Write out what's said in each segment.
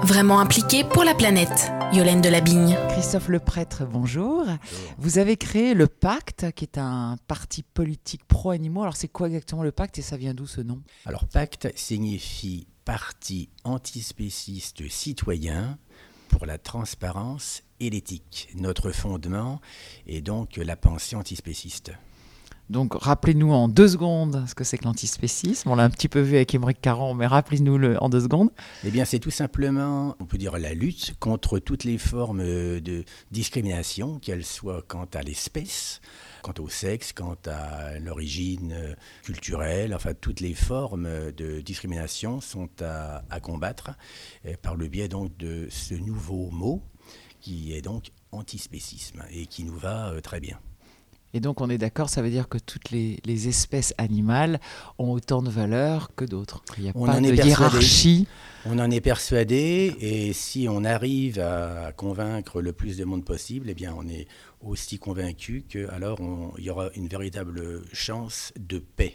vraiment impliqués pour la planète. Yolaine Delabigne. Christophe Leprêtre, bonjour. Vous avez créé le Pacte, qui est un parti politique pro-animaux. Alors c'est quoi exactement le Pacte et ça vient d'où ce nom ? Alors Pacte signifie Parti antispéciste citoyen pour la transparence et l'éthique. Notre fondement est donc la pensée antispéciste. Donc rappelez-nous en 2 secondes ce que c'est que l'antispécisme. On l'a un petit peu vu avec Aymeric Caron, mais rappelez-nous en 2 secondes. Eh bien c'est tout simplement, on peut dire, la lutte contre toutes les formes de discrimination, qu'elles soient quant à l'espèce, quant au sexe, quant à l'origine culturelle, enfin toutes les formes de discrimination sont à combattre par le biais donc de ce nouveau mot qui est donc antispécisme et qui nous va très bien. Et donc on est d'accord, ça veut dire que toutes les espèces animales ont autant de valeur que d'autres. Il n'y a pas de hiérarchie. On en est persuadé, et si on arrive à convaincre le plus de monde possible, eh bien on est aussi convaincu qu'alors il y aura une véritable chance de paix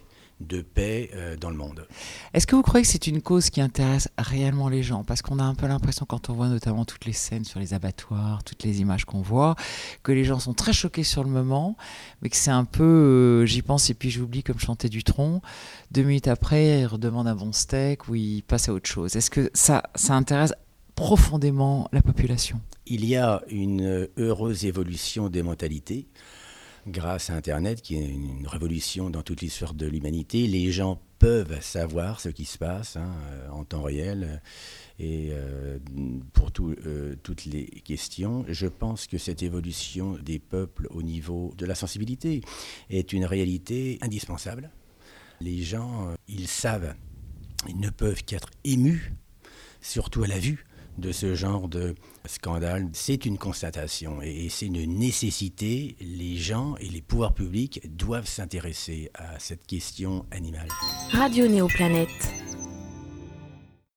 dans le monde. Est-ce que vous croyez que c'est une cause qui intéresse réellement les gens ? Parce qu'on a un peu l'impression, quand on voit notamment toutes les scènes sur les abattoirs, toutes les images qu'on voit, que les gens sont très choqués sur le moment, mais que c'est un peu, j'y pense et puis j'oublie, comme chanter Dutronc. 2 minutes après, ils redemandent un bon steak ou ils passent à autre chose. Est-ce que ça intéresse profondément la population ? Il y a une heureuse évolution des mentalités. Grâce à Internet, qui est une révolution dans toute l'histoire de l'humanité, les gens peuvent savoir ce qui se passe en temps réel et pour toutes les questions. Je pense que cette évolution des peuples au niveau de la sensibilité est une réalité indispensable. Les gens, ils savent, ils ne peuvent qu'être émus, surtout à la vue de ce genre de scandale. C'est une constatation et c'est une nécessité. Les gens et les pouvoirs publics doivent s'intéresser à cette question animale. Radio Néoplanète.